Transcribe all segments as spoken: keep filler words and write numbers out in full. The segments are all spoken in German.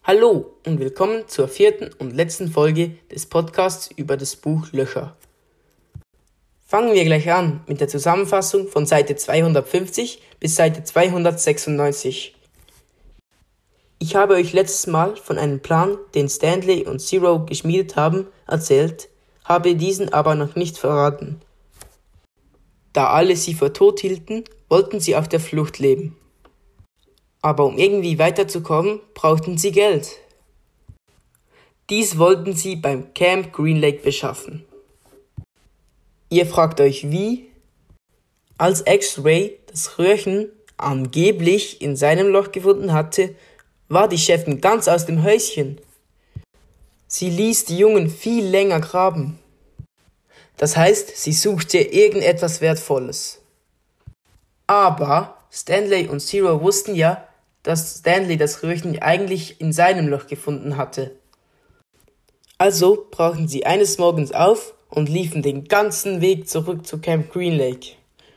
Hallo und willkommen zur vierten und letzten Folge des Podcasts über das Buch Löcher. Fangen wir gleich an mit der Zusammenfassung von Seite zweihundertfünfzig bis Seite zweihundertsechsundneunzig. Ich habe euch letztes Mal von einem Plan, den Stanley und Zero geschmiedet haben, erzählt, habe diesen aber noch nicht verraten. Da alle sie für tot hielten, wollten sie auf der Flucht leben. Aber um irgendwie weiterzukommen, brauchten sie Geld. Dies wollten sie beim Camp Green Lake beschaffen. Ihr fragt euch wie? Als X-Ray das Röhrchen angeblich in seinem Loch gefunden hatte, war die Chefin ganz aus dem Häuschen. Sie ließ die Jungen viel länger graben. Das heißt, sie suchte irgendetwas Wertvolles. Aber Stanley und Zero wussten ja, dass Stanley das Röhrchen eigentlich in seinem Loch gefunden hatte. Also brauchten sie eines Morgens auf und liefen den ganzen Weg zurück zu Camp Green Lake.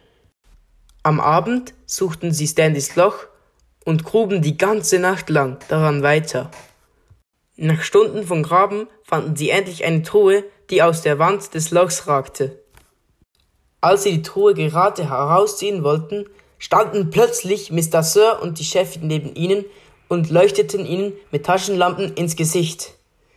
Am Abend suchten sie Stanleys Loch und gruben die ganze Nacht lang daran weiter. Nach Stunden von Graben fanden sie endlich eine Truhe, die aus der Wand des Lochs ragte. Als sie die Truhe gerade herausziehen wollten, standen plötzlich Mister Sir und die Chefin neben ihnen und leuchteten ihnen mit Taschenlampen ins Gesicht.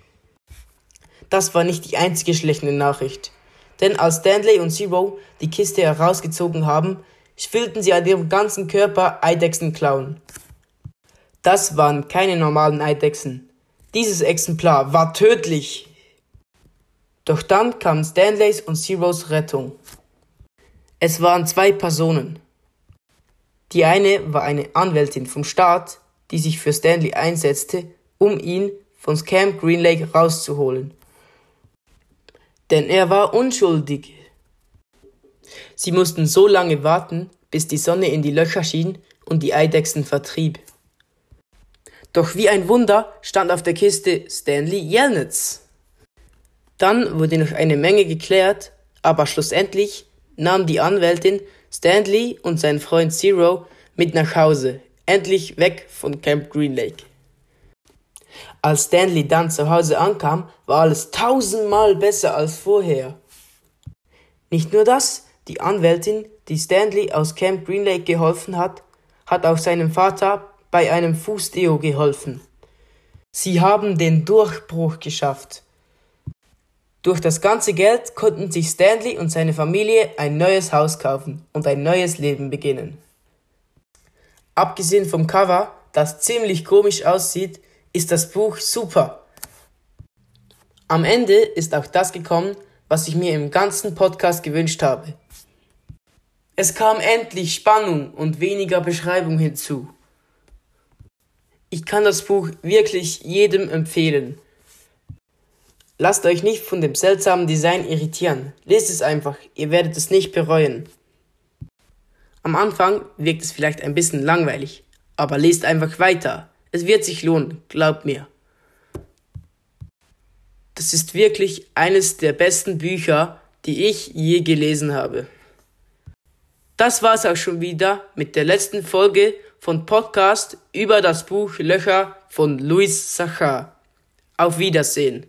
Das war nicht die einzige schlechte Nachricht, denn als Stanley und Zero die Kiste herausgezogen haben, fühlten sie an ihrem ganzen Körper Eidechsenklauen. Das waren keine normalen Eidechsen. Dieses Exemplar war tödlich. Doch dann kam Stanleys und Zeros Rettung. Es waren zwei Personen. Die eine war eine Anwältin vom Staat, die sich für Stanley einsetzte, um ihn von Camp Green Lake rauszuholen. Denn er war unschuldig. Sie mussten so lange warten, bis die Sonne in die Löcher schien und die Eidechsen vertrieb. Doch wie ein Wunder stand auf der Kiste Stanley Yelnats. Dann wurde noch eine Menge geklärt, aber schlussendlich nahm die Anwältin Stanley und sein Freund Zero mit nach Hause, endlich weg von Camp Green Lake. Als Stanley dann zu Hause ankam, war alles tausendmal besser als vorher. Nicht nur das, die Anwältin, die Stanley aus Camp Green Lake geholfen hat, hat auch seinem Vater bei einem Fußdeo geholfen. Sie haben den Durchbruch geschafft. Durch das ganze Geld konnten sich Stanley und seine Familie ein neues Haus kaufen und ein neues Leben beginnen. Abgesehen vom Cover, das ziemlich komisch aussieht, ist das Buch super. Am Ende ist auch das gekommen, was ich mir im ganzen Podcast gewünscht habe. Es kam endlich Spannung und weniger Beschreibung hinzu. Ich kann das Buch wirklich jedem empfehlen. Lasst euch nicht von dem seltsamen Design irritieren. Lest es einfach, ihr werdet es nicht bereuen. Am Anfang wirkt es vielleicht ein bisschen langweilig, aber lest einfach weiter. Es wird sich lohnen, glaubt mir. Das ist wirklich eines der besten Bücher, die ich je gelesen habe. Das war's auch schon wieder mit der letzten Folge von Podcast über das Buch Löcher von Louis Sachar. Auf Wiedersehen.